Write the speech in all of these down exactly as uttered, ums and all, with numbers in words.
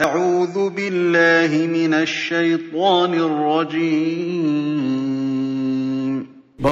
أعوذ بالله من الشيطان الرجيم.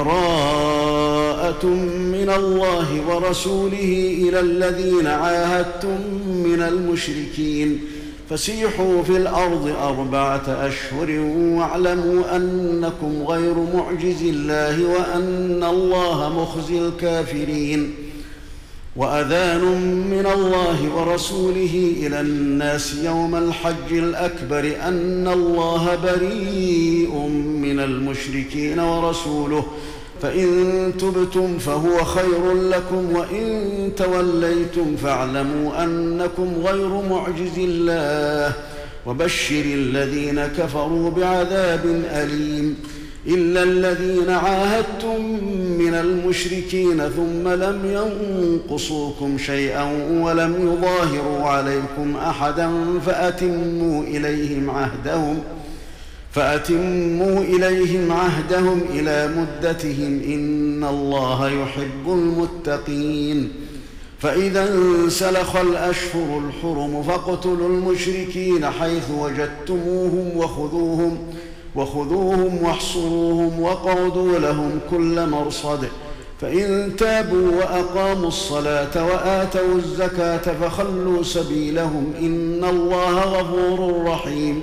براءة من الله ورسوله إلى الذين عاهدتم من المشركين فسيحوا في الأرض أربعة أشهر واعلموا أنكم غير معجز الله وأن الله مخزي الكافرين. وأذان من الله ورسوله إلى الناس يوم الحج الأكبر أن الله بريء من المشركين ورسوله فإن تبتم فهو خير لكم وإن توليتم فاعلموا أنكم غير معجز الله وبشر الذين كفروا بعذاب أليم. إلا الذين عاهدتم من المشركين ثم لم ينقصوكم شيئا ولم يظاهروا عليكم أحدا فأتموا إليهم عهدهم فأتموا إليهم عهدهم إلى مدتهم إن الله يحب المتقين. فإذا انسلخ الأشهر الحرم فاقتلوا المشركين حيث وجدتموهم وخذوهم وخذوهم واحصروهم واقعدوا لهم كل مرصد. فإن تابوا وأقاموا الصلاة وآتوا الزكاة فخلوا سبيلهم إن الله غفور رحيم.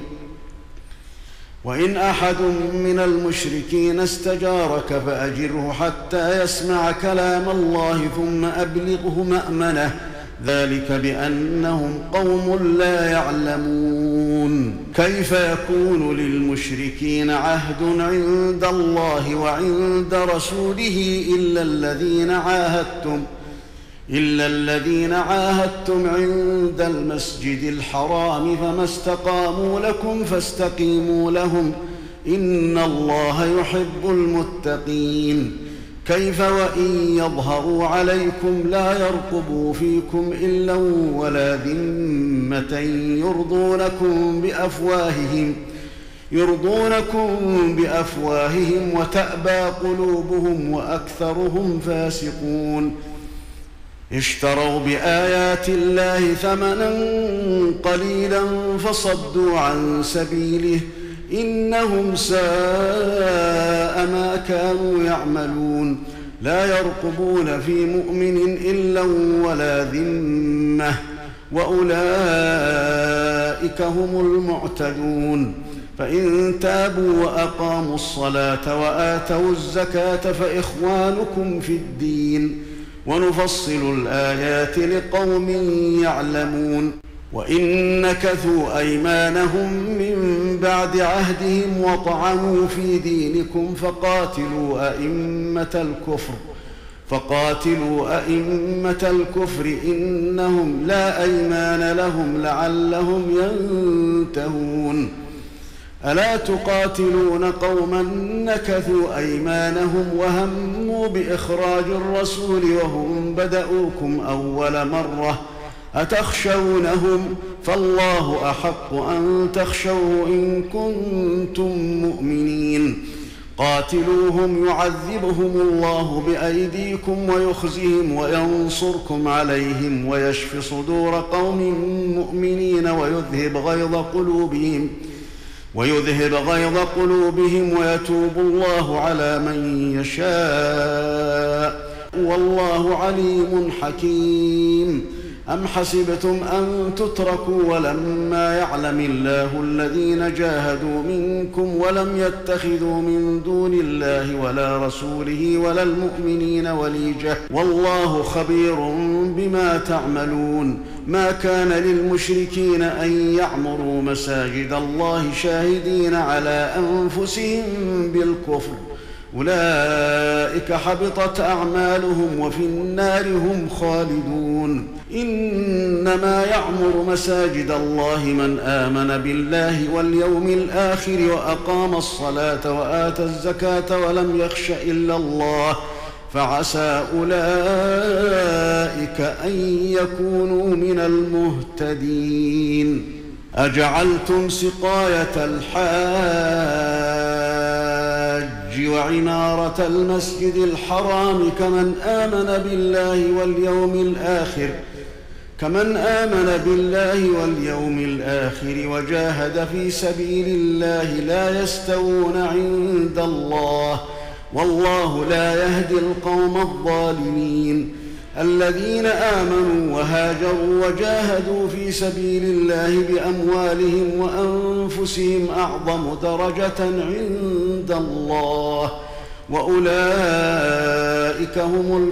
وإن أحد من المشركين استجارك فأجره حتى يسمع كلام الله ثم أبلغه مأمنه ذلك بأنهم قوم لا يعلمون. كيف يكون للمشركين عهد عند الله وعند رسوله إلا الذين عاهدتم إلا الذين عاهدتم عند المسجد الحرام فما استقاموا لكم فاستقيموا لهم إن الله يحب المتقين. كيف وإن يظهروا عليكم لا يرقبوا فيكم إلا ولا ذمة يرضونكم بأفواههم يرضونكم بأفواههم وتأبى قلوبهم وأكثرهم فاسقون. اشتروا بآيات الله ثمنا قليلا فصدوا عن سبيله إنهم ساء ما كانوا يعملون. لا يرقبون في مؤمن إلا ولا ذمة وأولئك هم المعتدون. فإن تابوا وأقاموا الصلاة وآتوا الزكاة فإخوانكم في الدين ونفصل الآيات لقوم يعلمون. وإن نكثوا أيمانهم من بعد عهدهم وطعنوا في دينكم فقاتلوا أئمة الكفر فقاتلوا أئمة الكفر إنهم لا أيمان لهم لعلهم ينتهون. ألا تقاتلون قوما نكثوا أيمانهم وهموا بإخراج الرسول وهم بدؤوكم أول مرة أتخشونهم فالله أحق أن تخشوه إن كنتم مؤمنين. قاتلوهم يعذبهم الله بأيديكم ويخزهم وينصركم عليهم ويشف صدور قوم مؤمنين ويذهب غيظ قلوبهم ويذهب غيظ قلوبهم ويتوب الله على من يشاء والله عليم حكيم. أم حسبتم أن تتركوا ولما يعلم الله الذين جاهدوا منكم ولم يتخذوا من دون الله ولا رسوله ولا المؤمنين وليجة والله خبير بما تعملون. ما كان للمشركين أن يعمروا مساجد الله شاهدين على أنفسهم بالكفر أولئك حبطت أعمالهم وفي النار هم خالدون. إنما يعمر مساجد الله من آمن بالله واليوم الآخر وأقام الصلاة وآتى الزكاة ولم يخش إلا الله فعسى أولئك أن يكونوا من المهتدين. أجعلتم سقاية الحاج وعمارة المسجد الحرام كمن آمن بالله واليوم الآخر كمن آمن بالله واليوم الآخر وجاهد في سبيل الله لا يستوون عند الله والله لا يهدي القوم الظالمين. الذين آمنوا وهاجروا وجاهدوا في سبيل الله بأموالهم وأنفسهم أعظم درجة عند الله وأولئك هم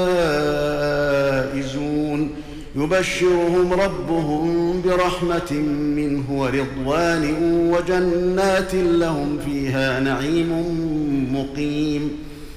الفائزون. يبشرهم ربهم برحمة منه ورضوان وجنات لهم فيها نعيم مقيم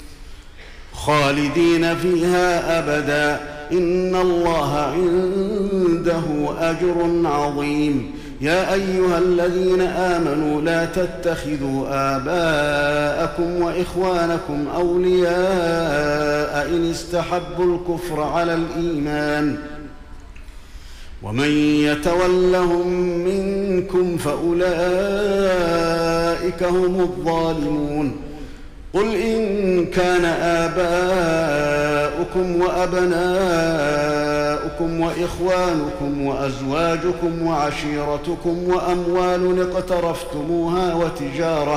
خالدين فيها أبدا إن الله عنده أجر عظيم. يا أيها الذين آمنوا لا تتخذوا آباءكم وإخوانكم أولياء إن استحبوا الكفر على الإيمان ومن يتولهم منكم فأولئك هم الظالمون. قل إن كان آباؤكم وأبناؤكم وإخوانكم وأزواجكم وعشيرتكم وأموال اقترفتموها وتجارة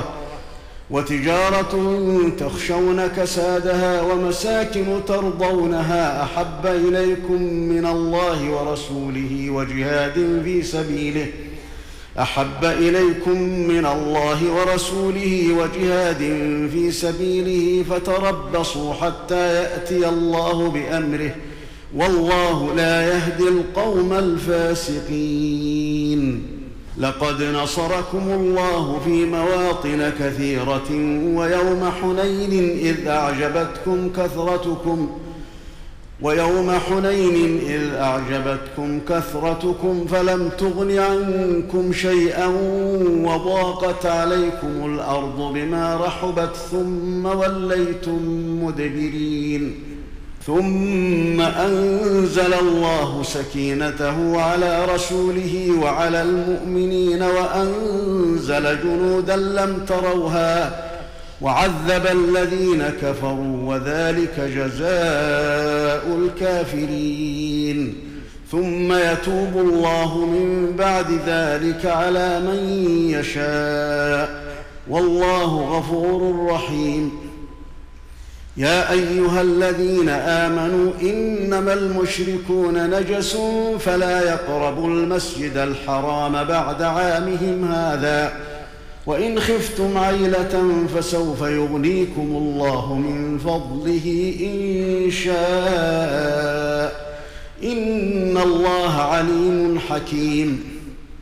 وتجارة تخشون كسادها ومساكن ترضونها أحب إليكم من الله ورسوله وجهاد في سبيله أحب إليكم من الله ورسوله وجهاد في سبيله فتربصوا حتى يأتي الله بأمره والله لا يهدي القوم الفاسقين. لقد نصركم الله في مواطن كثيرة ويوم حنين إذ أعجبتكم كثرتكم ويوم حنين إذ أعجبتكم كثرتكم فلم تغن عنكم شيئا وضاقت عليكم الأرض بما رحبت ثم وليتم مدبرين. ثم أنزل الله سكينته على رسوله وعلى المؤمنين وأنزل جنودا لم تروها وعذب الذين كفروا وذلك جزاء الكافرين. ثم يتوب الله من بعد ذلك على من يشاء والله غفور رحيم. يا أيها الذين آمنوا إنما المشركون نجس فلا يقربوا المسجد الحرام بعد عامهم هذا وإن خفتم عيلة فسوف يغنيكم الله من فضله إن شاء إن الله عليم حكيم.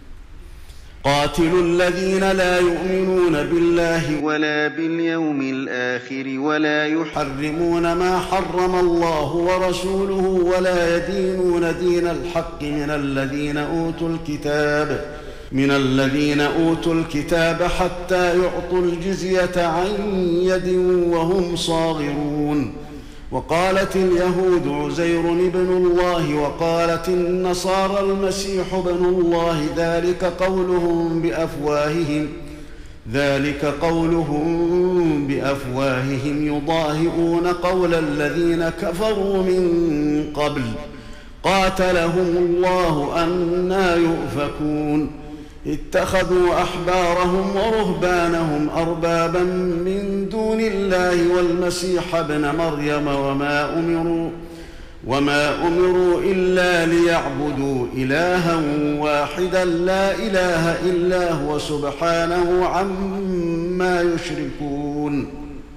قاتلوا الذين لا يؤمنون بالله ولا باليوم الآخر ولا يحرمون ما حرم الله ورسوله ولا يدينون دين الحق من الذين أوتوا الكتاب من الذين أوتوا الكتاب حتى يعطوا الجزية عن يد وهم صاغرون. وقالت اليهود عزير ابن الله وقالت النصارى المسيح ابن الله ذلك قولهم بأفواههم ذلك قولهم بأفواههم يضاهئون قول الذين كفروا من قبل قاتلهم الله أنى يؤفكون. اتخذوا أحبارهم ورهبانهم أربابا من دون الله والمسيح ابن مريم وما أمروا وما أمروا إلا ليعبدوا إلها واحدا لا إله إلا هو سبحانه عما يشركون.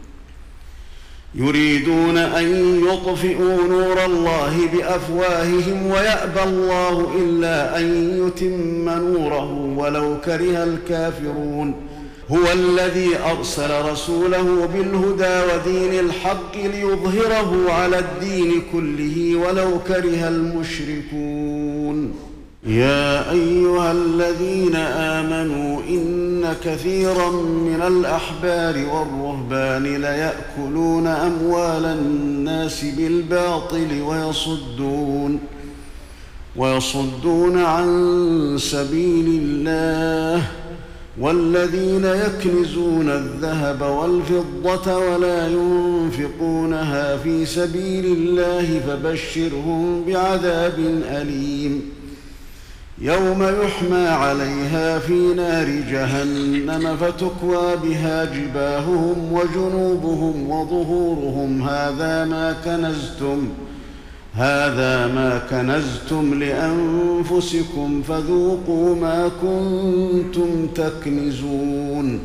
يريدون أن يطفئوا نور الله بأفواههم ويأبى الله إلا أن يتم نوره ولو كره الكافرون. هو الذي أرسل رسوله بالهدى ودين الحق ليظهره على الدين كله ولو كره المشركون. يا أيها الذين آمنوا إن كثيرا من الأحبار والرهبان ليأكلون أموال الناس بالباطل ويصدون ويصدون عن سبيل الله والذين يكنزون الذهب والفضة ولا ينفقونها في سبيل الله فبشرهم بعذاب أليم يوم يحمى عليها في نار جهنم فتكوى بها جباههم وجنوبهم وظهورهم هذا ما كنزتم هذا ما كنزتم لأنفسكم فذوقوا ما كنتم تكنزون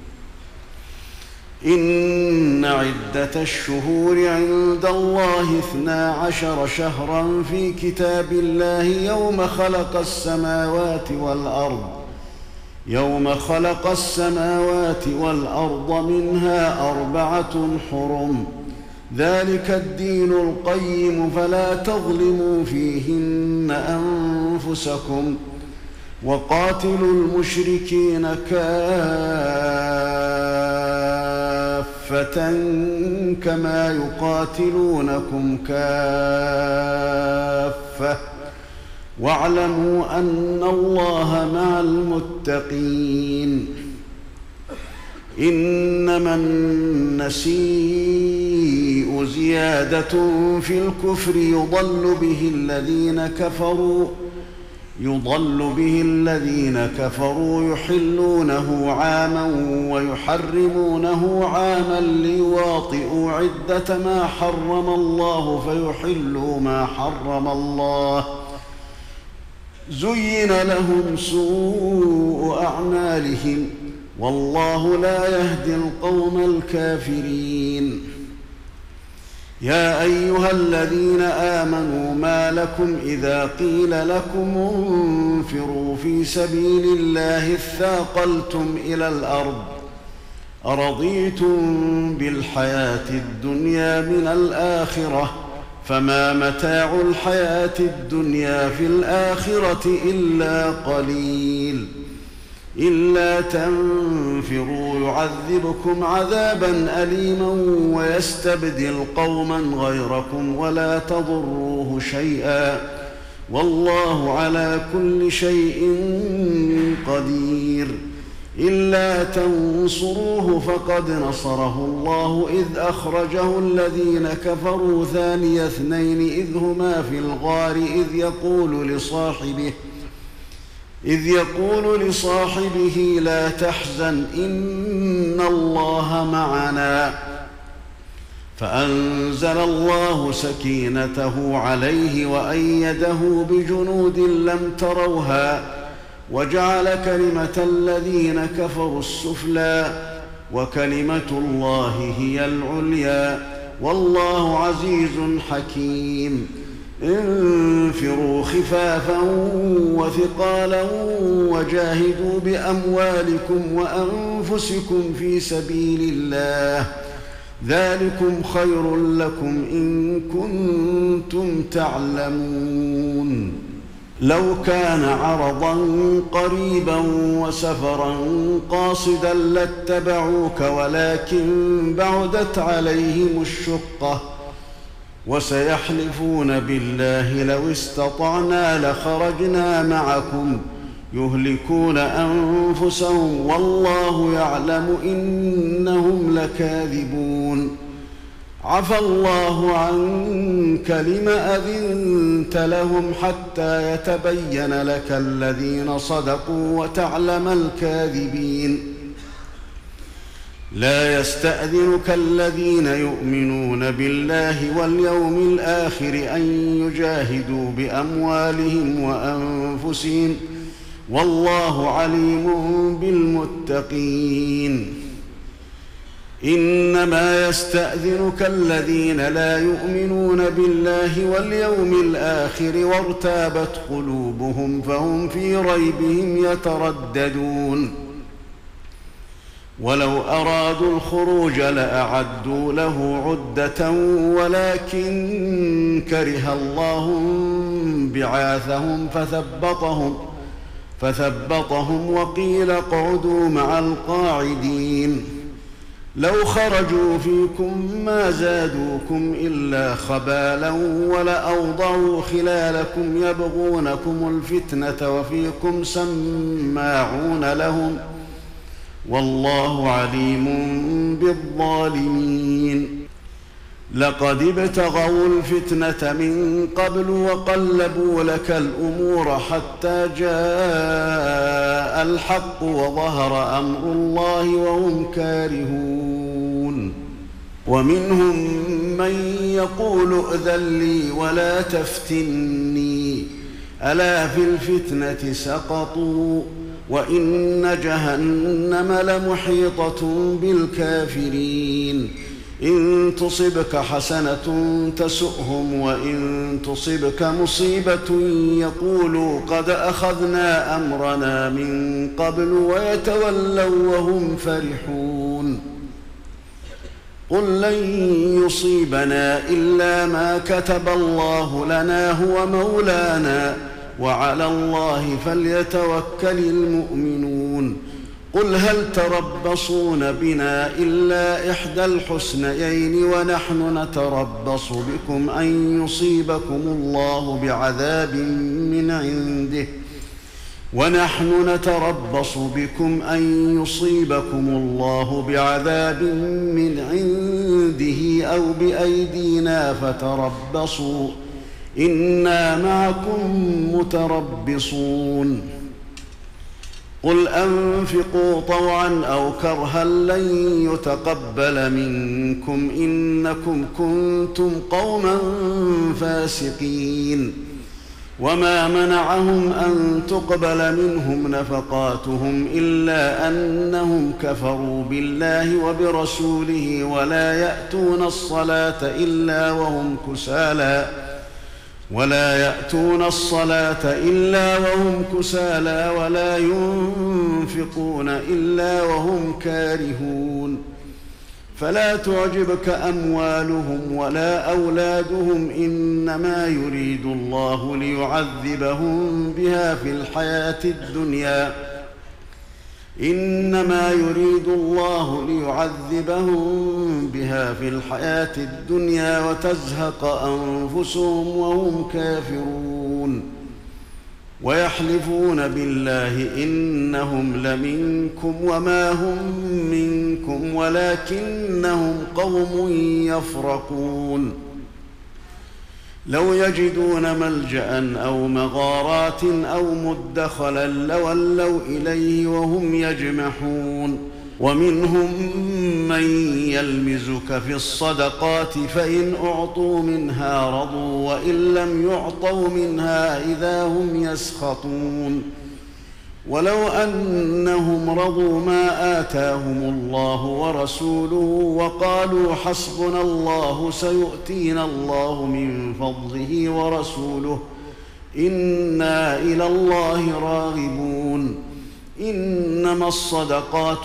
إن عدة الشهور عند الله اثنا عشر شهرا في كتاب الله يوم خلق السماوات والأرض يوم خلق السماوات والأرض منها أربعة حرم ذلك الدين القيم فلا تظلموا فيهن أنفسكم وقاتلوا المشركين كافة كما يقاتلونكم كافة واعلموا أن الله مع المتقين إنما النسيء زيادة في الكفر يضل به الذين كفروا يضل به الذين كفروا يحلونه عاما ويحرمونه عاما ليواطئوا عدة ما حرم الله فيحلوا ما حرم الله زين لهم سوء أعمالهم والله لا يهدي القوم الكافرين يا أيها الذين آمنوا ما لكم إذا قيل لكم انفروا في سبيل الله اثاقلتم إلى الأرض أرضيتم بالحياة الدنيا من الآخرة فما متاع الحياة الدنيا في الآخرة إلا قليل إلا تنفروا يعذبكم عذابا أليما ويستبدل قوما غيركم ولا تضروه شيئا والله على كل شيء قدير إلا تنصروه فقد نصره الله إذ أخرجه الذين كفروا ثاني اثنين إذ هما في الغار إذ يقول لصاحبه إذ يقول لصاحبه لا تحزن إن الله معنا فأنزل الله سكينته عليه وأيده بجنود لم تروها وجعل كلمة الذين كفروا السفلى وكلمة الله هي العليا والله عزيز حكيم انفروا خفافا وثقالا وجاهدوا بأموالكم وأنفسكم في سبيل الله ذلكم خير لكم إن كنتم تعلمون لو كان عرضا قريبا وسفرا قاصدا لاتبعوك ولكن بعدت عليهم الشقة وسيحلفون بالله لو استطعنا لخرجنا معكم يهلكون أنفسهم والله يعلم إنهم لكاذبون عفى الله عنك لم أذنت لهم حتى يتبين لك الذين صدقوا وتعلم الكاذبين لا يستأذنك الذين يؤمنون بالله واليوم الآخر أن يجاهدوا بأموالهم وأنفسهم والله عليم بالمتقين إنما يستأذنك الذين لا يؤمنون بالله واليوم الآخر وارتابت قلوبهم فهم في ريبهم يترددون ولو أرادوا الخروج لأعدوا له عدة ولكن كره الله بعاثهم فثبطهم فثبطهم وقيل اقعدوا مع القاعدين لو خرجوا فيكم ما زادوكم إلا خبالا ولأوضعوا خلالكم يبغونكم الفتنة وفيكم سماعون لهم والله عليم بالظالمين. لقد ابتغوا الفتنة من قبل وقلبوا لك الأمور حتى جاء الحق وظهر أمر الله وهم كارهون. ومنهم من يقول ائذن لي ولا تفتني ألا في الفتنة سقطوا وإن جهنم لمحيطة بالكافرين. إن تصبك حسنة تسؤهم وإن تصبك مصيبة يقولوا قد أخذنا أمرنا من قبل ويتولوا وهم فرحون. قل لن يصيبنا إلا ما كتب الله لنا هو مولانا وعلى الله فليتوكل المؤمنون. قل هل تربصون بنا إلا إحدى الحسنيين ونحن نتربص بكم أن يصيبكم الله بعذاب من عنده ونحن نتربص بكم أن يصيبكم الله بعذاب من عنده أو بأيدينا فتربصوا إنا معكم متربصون. قل أنفقوا طوعا أو كرها لن يتقبل منكم إنكم كنتم قوما فاسقين. وما منعهم أن تقبل منهم نفقاتهم إلا أنهم كفروا بالله وبرسوله ولا يأتون الصلاة إلا وهم كسالى ولا يأتون الصلاة إلا وهم كسالى ولا ينفقون إلا وهم كارهون. فلا تعجبك أموالهم ولا أولادهم إنما يريد الله ليعذبهم بها في الحياة الدنيا إنما يريد الله ليعذبهم بها في الحياة الدنيا وتزهق أنفسهم وهم كافرون. ويحلفون بالله إنهم لمنكم وما هم منكم ولكنهم قوم يفرقون. لو يجدون ملجأ أو مغارات أو مدخلا لولوا إليه وهم يجمحون. ومنهم من يلمزك في الصدقات فإن أعطوا منها رضوا وإن لم يعطوا منها إذا هم يسخطون. ولو أنهم رضوا ما آتاهم الله ورسوله وقالوا حسبنا الله سيؤتينا الله من فضله ورسوله إنا إلى الله راغبون. إنما الصدقات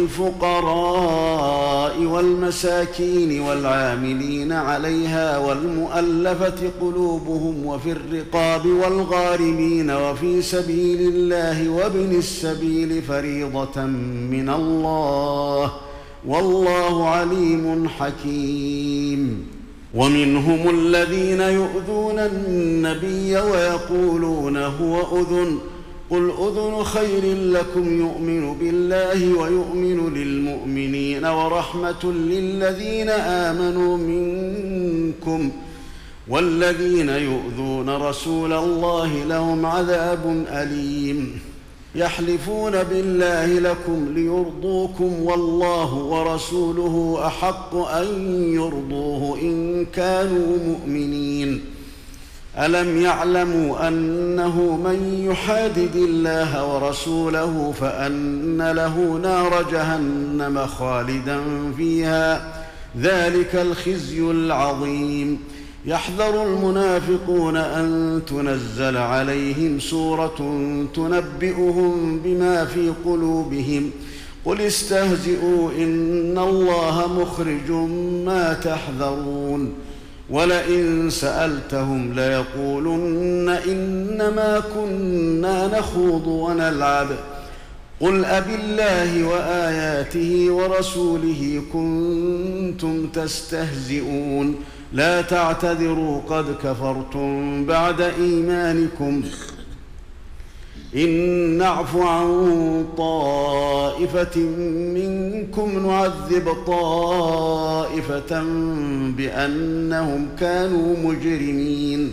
للفقراء والمساكين والعاملين عليها والمؤلفة قلوبهم وفي الرقاب والغارمين وفي سبيل الله وابن السبيل فريضة من الله والله عليم حكيم. ومنهم الذين يؤذون النبي ويقولون هو أذن قل أذن خير لكم يؤمن بالله ويؤمن للمؤمنين ورحمة للذين آمنوا منكم والذين يؤذون رسول الله لهم عذاب أليم. يحلفون بالله لكم ليرضوكم والله ورسوله أحق أن يرضوه إن كانوا مؤمنين. ألم يعلموا أنه من يحادد الله ورسوله فأن له نار جهنم خالدا فيها ذلك الخزي العظيم. يحذر المنافقون أن تنزل عليهم سورة تنبئهم بما في قلوبهم قل استهزئوا إن الله مخرج ما تحذرون. ولئن سألتهم ليقولن إنما كنا نخوض ونلعب قل أبالله وآياته ورسوله كنتم تستهزئون لا تعتذروا قد كفرتم بعد إيمانكم إن نعف عن طائفة منكم نعذب طائفة بأنهم كانوا مجرمين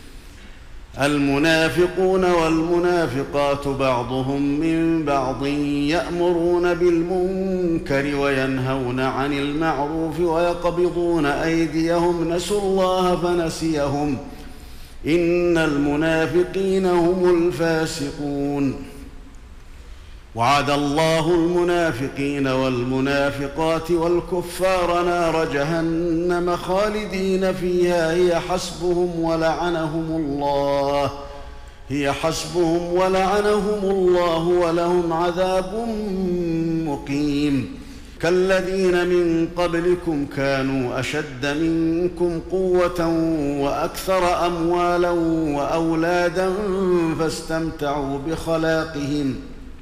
المنافقون والمنافقات بعضهم من بعض يأمرون بالمنكر وينهون عن المعروف ويقبضون أيديهم نسوا الله فنسيهم إن المنافقين هم الفاسقون وعد الله المنافقين والمنافقات والكفار نار جهنم خالدين فيها هي حسبهم ولعنهم الله هي حسبهم ولعنهم الله ولهم عذاب مقيم كالذين من قبلكم كانوا أشد منكم قوة وأكثر أموالا وأولادا فاستمتعوا بخلاقهم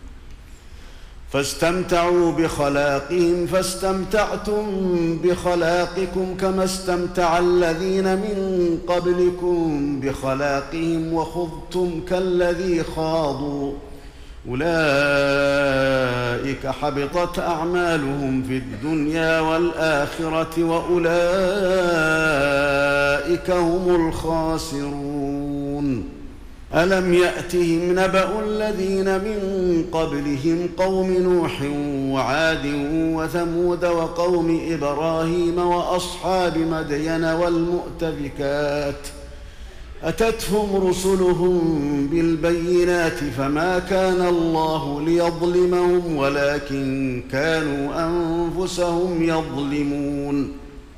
فاستمتعوا بخلاقهم فاستمتعتم بخلاقكم كما استمتع الذين من قبلكم بخلاقهم وخضتم كالذي خاضوا أولئك حبطت أعمالهم في الدنيا والآخرة وأولئك هم الخاسرون ألم يأتهم نبأ الذين من قبلهم قوم نوح وعاد وثمود وقوم إبراهيم وأصحاب مدين والمؤتفكات أتتهم رسلهم بالبينات فما كان الله ليظلمهم ولكن كانوا أنفسهم يظلمون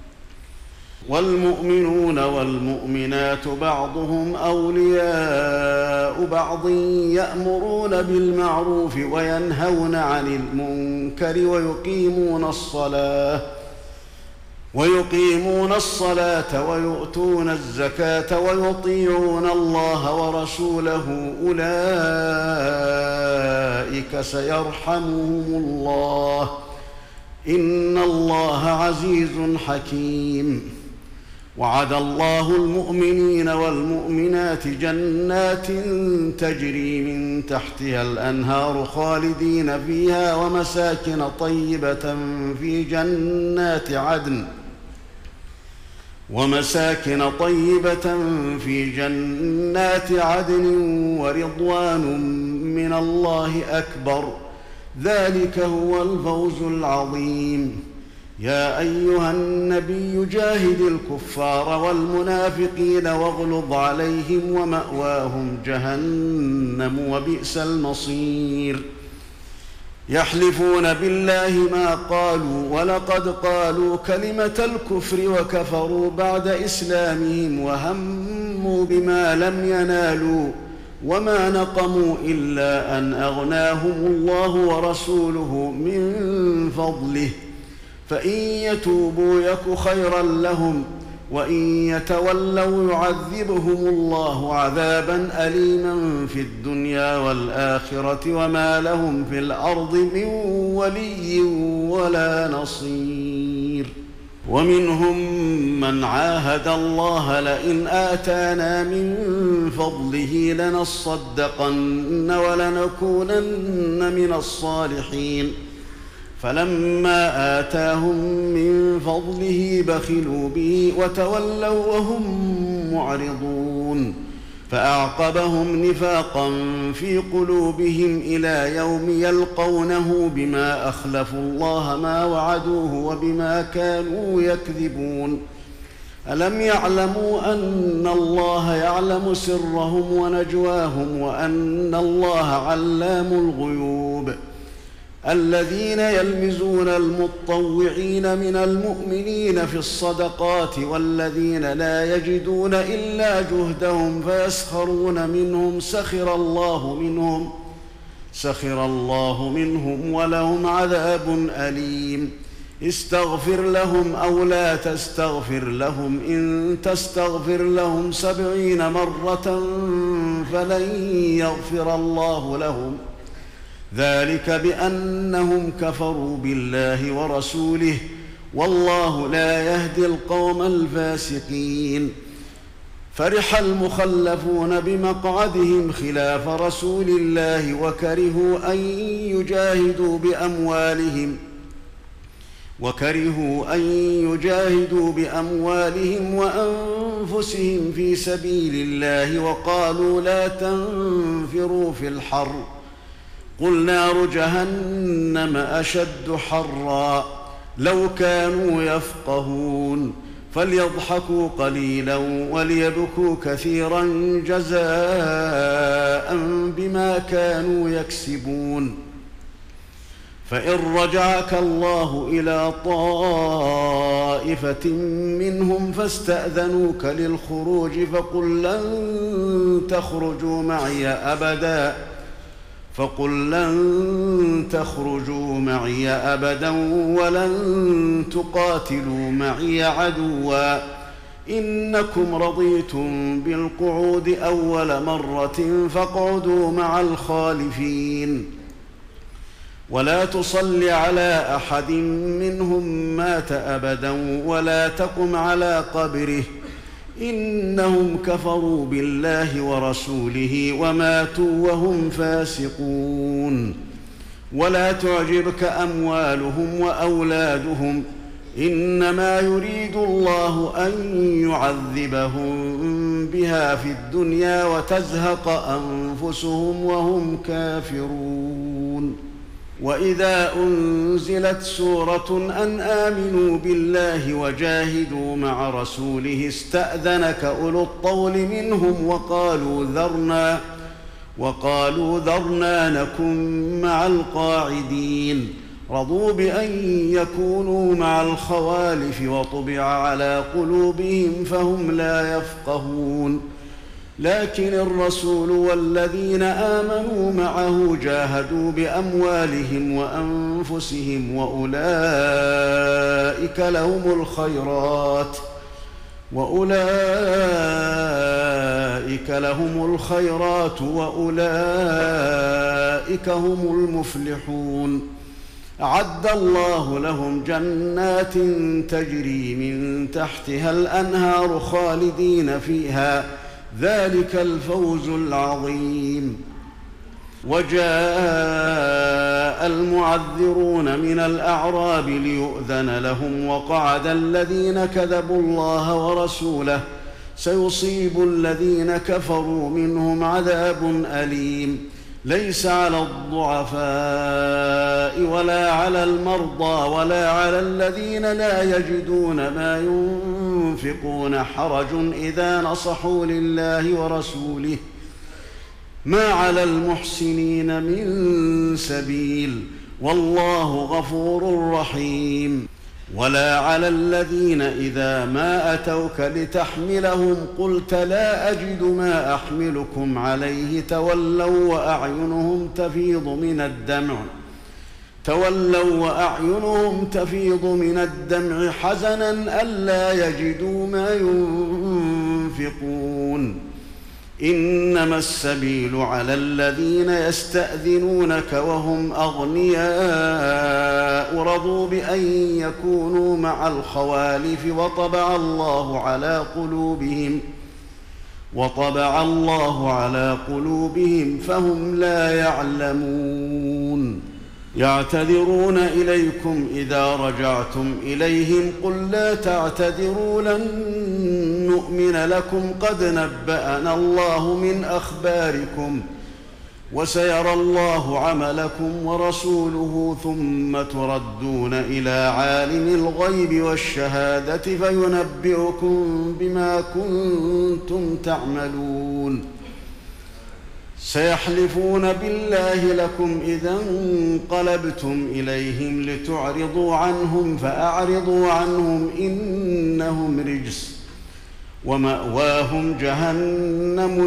والمؤمنون والمؤمنات بعضهم أولياء بعض يأمرون بالمعروف وينهون عن المنكر ويقيمون الصلاة ويقيمون الصلاة ويؤتون الزكاة ويطيعون الله ورسوله أولئك سيرحمهم الله إن الله عزيز حكيم وعد الله المؤمنين والمؤمنات جنات تجري من تحتها الأنهار خالدين فيها ومساكن طيبة في جنات عدن ومساكن طيبة في جنات عدن ورضوان من الله أكبر ذلك هو الفوز العظيم يا أيها النبي جاهد الكفار والمنافقين واغلظ عليهم ومأواهم جهنم وبئس المصير يحلفون بالله ما قالوا ولقد قالوا كلمة الكفر وكفروا بعد إسلامهم وهموا بما لم ينالوا وما نقموا إلا أن أغناهم الله ورسوله من فضله فإن يتوبوا يك خيرا لهم وإن يتولوا يعذبهم الله عذابا أليما في الدنيا والآخرة وما لهم في الأرض من ولي ولا نصير ومنهم من عاهد الله لئن آتانا من فضله لنصدقن ولنكونن من الصالحين فلما آتاهم من فضله بخلوا به وتولوا وهم معرضون فأعقبهم نفاقا في قلوبهم إلى يوم يلقونه بما أخلفوا الله ما وعدوه وبما كانوا يكذبون ألم يعلموا أن الله يعلم سرهم ونجواهم وأن الله علام الغيوب الذين يلمزون المطوعين من المؤمنين في الصدقات والذين لا يجدون إلا جهدهم فيسخرون منهم سخر الله منهم سخر الله منهم ولهم عذاب أليم استغفر لهم أو لا تستغفر لهم إن تستغفر لهم سبعين مرة فلن يغفر الله لهم ذلك بأنهم كفروا بالله ورسوله والله لا يهدي القوم الفاسقين فرح المخلفون بمقعدهم خلاف رسول الله وكرهوا أن يجاهدوا بأموالهم وكرهوا أن يجاهدوا بأموالهم وأنفسهم في سبيل الله وقالوا لا تنفروا في الحر قل نار جهنم أشد حرا لو كانوا يفقهون فليضحكوا قليلا وليبكوا كثيرا جزاء بما كانوا يكسبون فإن رجعك الله إلى طائفة منهم فاستأذنوك للخروج فقل لن تخرجوا معي أبدا فقل لن تخرجوا معي أبدا ولن تقاتلوا معي عدوا إنكم رضيتم بالقعود أول مرة فاقعدوا مع الخالفين ولا تصل على أحد منهم مات أبدا ولا تقم على قبره إنهم كفروا بالله ورسوله وماتوا وهم فاسقون ولا تعجبك أموالهم وأولادهم إنما يريد الله أن يعذبهم بها في الدنيا وتزهق أنفسهم وهم كافرون وإذا أنزلت سورة أن آمنوا بالله وجاهدوا مع رسوله استأذنك أولو الطول منهم وقالوا ذرنا وقالوا ذرنا نكن مع القاعدين رضوا بأن يكونوا مع الخوالف وطبع على قلوبهم فهم لا يفقهون لكن الرسول والذين آمنوا معه جاهدوا بأموالهم وأنفسهم وأولئك لهم الخيرات وأولئك لهم الخيرات وأولئك هم المفلحون أعد الله لهم جنات تجري من تحتها الأنهار خالدين فيها ذلك الفوز العظيم وجاء المعذرون من الأعراب ليؤذن لهم وقعد الذين كذبوا الله ورسوله سيصيب الذين كفروا منهم عذاب أليم ليس على الضعفاء ولا على المرضى ولا على الذين لا يجدون ما ينفقون حرج إذا نصحوا لله ورسوله ما على المحسنين من سبيل والله غفور رحيم ولا على الذين إذا ما أتوك لتحملهم قلت لا أجد ما أحملكم عليه تولوا وأعينهم تفيض من الدمع تولوا وأعينهم تفيض من الدمع حزنا ألا يجدوا ما ينفقون إنما السبيل على الذين يستأذنونك وهم أغنياء رضوا بأن يكونوا مع الخوالف وطبع الله على قلوبهم وطبع الله على قلوبهم فهم لا يعلمون يعتذرون إليكم إذا رجعتم إليهم قل لا تعتذروا لن نؤمن لكم قد نبأنا الله من أخباركم وسيرى الله عملكم ورسوله ثم تردون إلى عالم الغيب والشهادة فينبئكم بما كنتم تعملون سيحلفون بالله لكم إذا انقلبتم إليهم لتعرضوا عنهم فأعرضوا عنهم إنهم رجس ومأواهم جهنم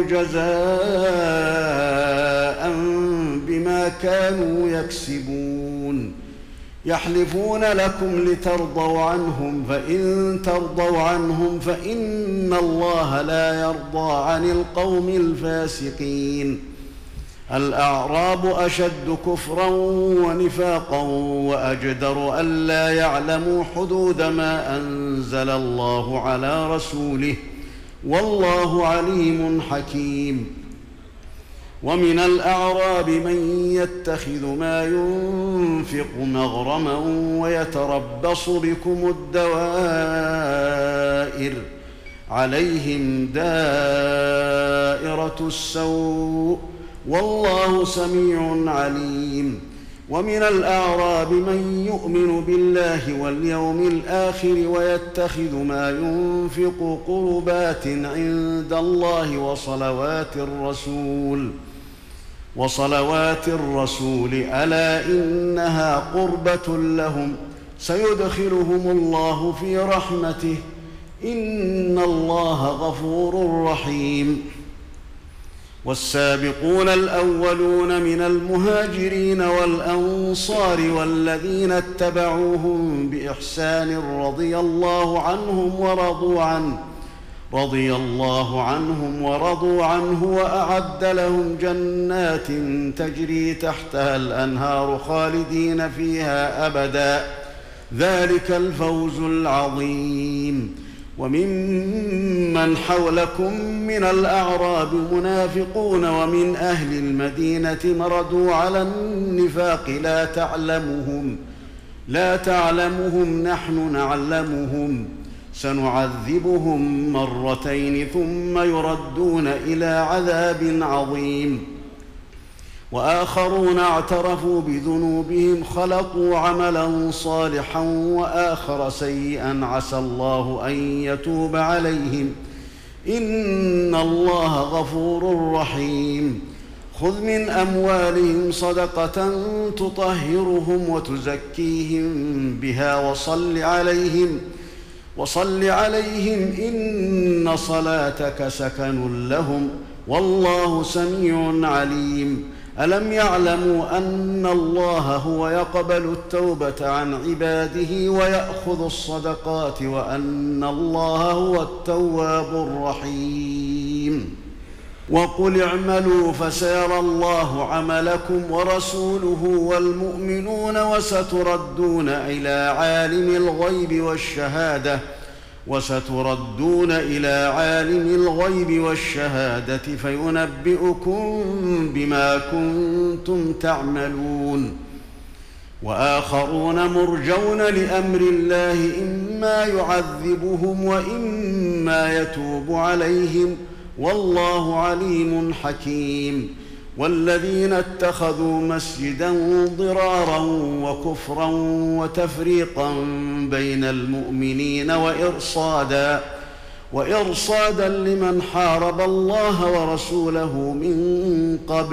جزاء بما كانوا يكسبون يحلفون لكم لترضوا عنهم فإن ترضوا عنهم فإن الله لا يرضى عن القوم الفاسقين الأعراب أشد كفرا ونفاقا وأجدر ألا يعلموا حدود ما أنزل الله على رسوله والله عليم حكيم. ومن الأعراب من يتخذ ما ينفق مغرما ويتربص بكم الدوائر عليهم دائرة السوء والله سميع عليم. ومن الأعراب من يؤمن بالله واليوم الآخر ويتخذ ما ينفق قربات عند الله وصلوات الرسول وصلوات الرسول ألا إنها قربة لهم سيدخلهم الله في رحمته إن الله غفور رحيم. والسابقون الأولون من المهاجرين والأنصار والذين اتبعوهم بإحسان رضي الله عنهم ورضوا عنه رضي الله عنهم ورضوا عنه وأعد لهم جنات تجري تحتها الأنهار خالدين فيها أبدا ذلك الفوز العظيم. وممن حولكم من الأعراب منافقون ومن أهل المدينة مردوا على النفاق لا تعلمهم لا تعلمهم نحن نعلمهم سنعذبهم مرتين ثم يردون إلى عذاب عظيم. وآخرون اعترفوا بذنوبهم خلقوا عملا صالحا وآخر سيئا عسى الله أن يتوب عليهم إن الله غفور رحيم. خذ من أموالهم صدقة تطهرهم وتزكيهم بها وصل عليهم وصل عليهم إن صلاتك سكن لهم والله سميع عليم. ألم يعلموا أن الله هو يقبل التوبة عن عباده ويأخذ الصدقات وأن الله هو التواب الرحيم. وقل اعملوا فسيرى الله عملكم ورسوله والمؤمنون وستردون إلى عالم الغيب والشهادة وستردون إلى عالم الغيب والشهادة فينبئكم بما كنتم تعملون. وآخرون مرجون لأمر الله إما يعذبهم وإما يتوب عليهم والله عليم حكيم. والذين اتخذوا مسجدا ضرارا وكفرا وتفريقا بين المؤمنين وإرصادا وإرصادا لمن حارب الله ورسوله من قبل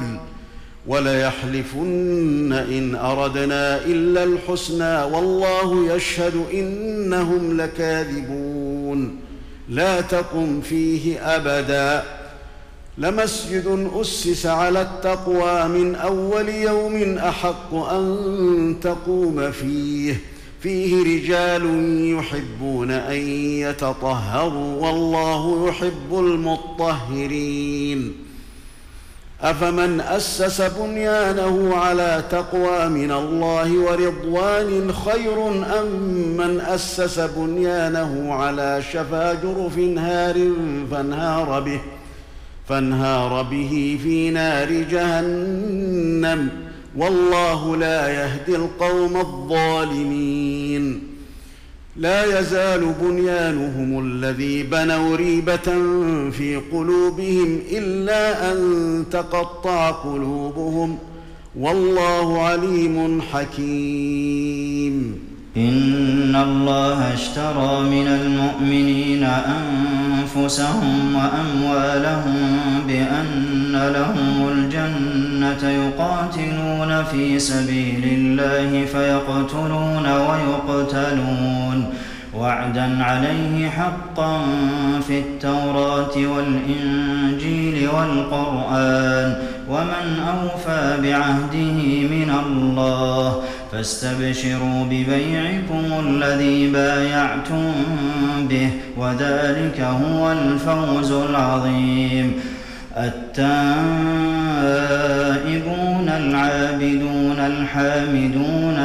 وليحلفن إن أردنا إلا الحسنى والله يشهد إنهم لكاذبون. لا تقم فيه أبدا لمسجد أسس على التقوى من أول يوم أحق أن تقوم فيه فيه رجال يحبون أن يتطهروا والله يحب المطهرين. أفمن أسس بنيانه على تقوى من الله ورضوان خير أم من أسس بنيانه على شفا جرف هار فانهار به فانهار به في نار جهنم والله لا يهدي القوم الظالمين. لا يزال بنيانهم الذي بنوا ريبة في قلوبهم إلا أن تقطع قلوبهم والله عليم حكيم. إن الله اشترى من المؤمنين أنفسهم وأموالهم بأن لهم الجنة يقاتلون في سبيل الله فيقتلون ويقتلون وعدا عليه حقا في التوراة والإنجيل والقرآن ومن أوفى بعهده من الله فاستبشروا ببيعكم الذي بايعتم به وذلك هو الفوز العظيم. التائبون العابدون الحامدون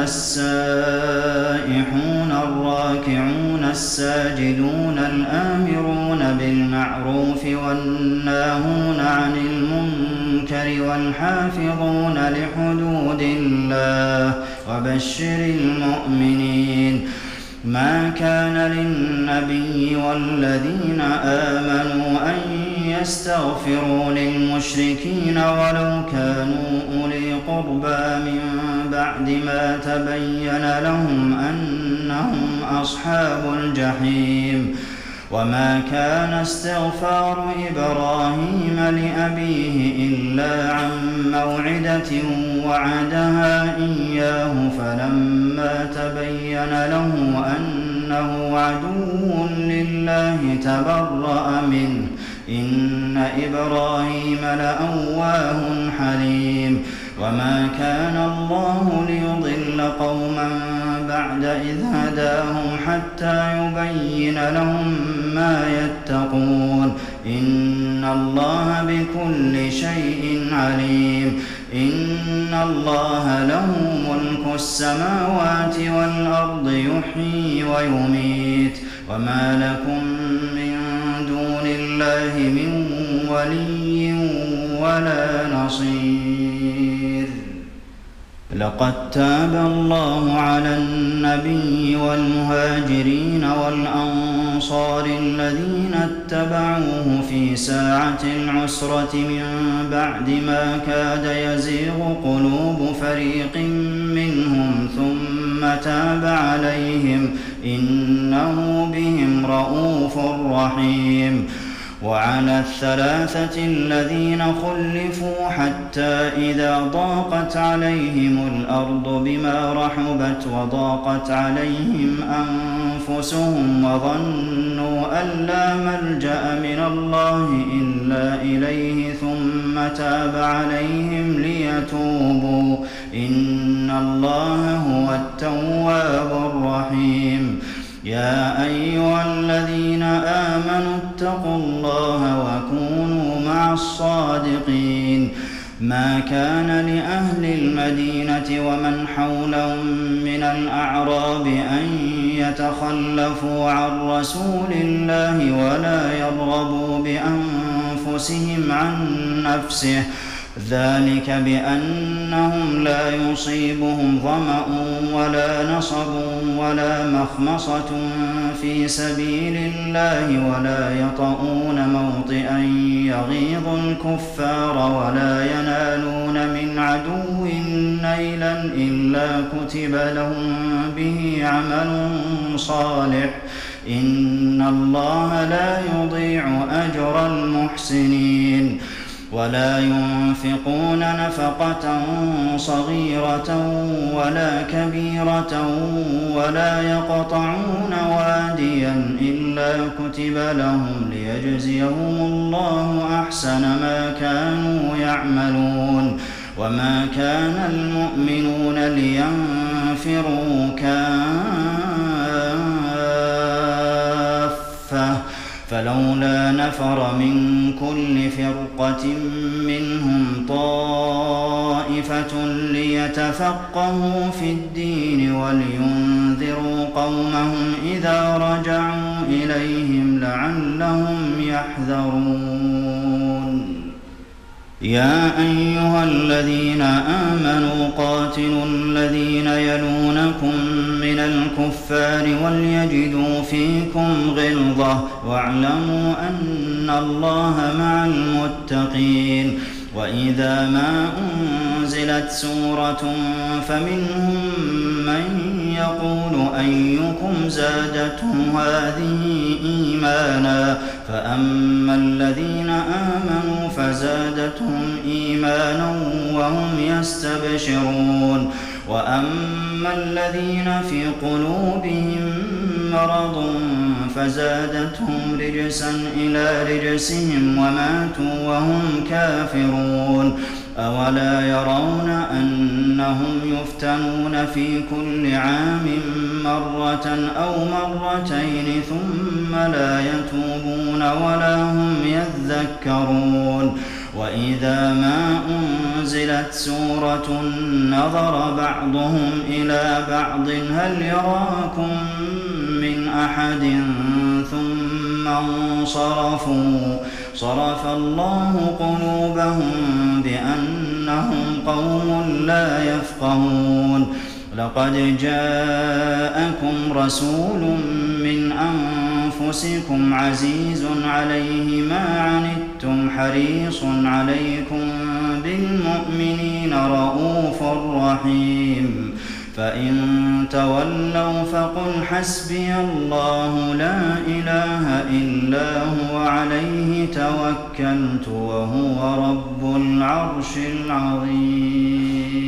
السائحون الراكعون الساجدون الآمرون بالمعروف والناهون عن المنكر والحافظون لحدود الله وبشر المؤمنين. ما كان للنبي والذين آمنوا أن يستغفروا للمشركين ولو كانوا أولي قربى من بعد ما تبين لهم أنهم أصحاب الجحيم. وما كان استغفار إبراهيم لأبيه إلا عن موعدة وعدها إياه فلما تبين له أنه عدو لله تبرأ منه إن إبراهيم لأواه حليم. وما كان الله ليضل قوما بعد إذ هداهم حتى يبين لهم ما يتقون إن الله بكل شيء عليم. إن الله له ملك السماوات والأرض يحيي ويميت وما لكم من دون الله من ولي ولا نصير. لقد تاب الله على النبي والمهاجرين والأنصار الذين اتبعوه في ساعة العسرة من بعد ما كاد يزيغ قلوب فريق منهم ثم تاب عليهم إنه بهم رءوف رحيم. وعلى الثلاثة الذين خلفوا حتى إذا ضاقت عليهم الأرض بما رحبت وضاقت عليهم أنفسهم وظنوا أن لا ملجأ من الله إلا إليه ثم تاب عليهم ليتوبوا إن الله هو التواب الرحيم. يا أيها الذين آمنوا اتقوا الله وكونوا مع الصادقين. ما كان لأهل المدينة ومن حولهم من الأعراب أن يتخلفوا عن رسول الله ولا يرغبوا بأنفسهم عن نفسه ذلك بأنهم لا يصيبهم ظمأ ولا نصب ولا مخمصة في سبيل الله ولا يطؤون موطئا يغيظ الكفار ولا ينالون من عدو نيلا إلا كتب لهم به عمل صالح إن الله لا يضيع أجر المحسنين. ولا ينفقون نفقة صغيرة ولا كبيرة ولا يقطعون واديا إلا كتب لهم ليجزيهم الله أحسن ما كانوا يعملون. وما كان المؤمنون لينفروا كافة فلولا نفر من كل فرقة منهم طائفة ليتفقهوا في الدين ولينذروا قومهم إذا رجعوا إليهم لعلهم يحذرون. يا أيها الذين آمنوا قاتلوا الذين يلونكم من الكفار وليجدوا فيكم غلظة واعلموا أن الله مع المتقين. وإذا ما أنزلت سورة فمنهم من يقول أيكم زادته هذه إيمانا فأما الذين آمنوا فزادتهم إيمانا وهم يستبشرون وأما الذين في قلوبهم مرض فزادتهم رجسا إلى رجسهم وماتوا وهم كافرون. أولا يرون أنهم يفتنون في كل عام مرة أو مرتين ثم لا يتوبون ولا هم يذكرون. وإذا ما أنزلت سورة نظر بعضهم إلى بعض هل يراكم من أحد ثم انصرفوا صرف الله قلوبهم بأنهم قوم لا يفقهون لقد جاءكم رسول من أنفسكم عزيز عليه ما عنتم حريص عليكم بالمؤمنين رءوف رحيم فإن تولوا فقل حسبي الله لا إله إلا هو عليه توكلت وهو رب العرش العظيم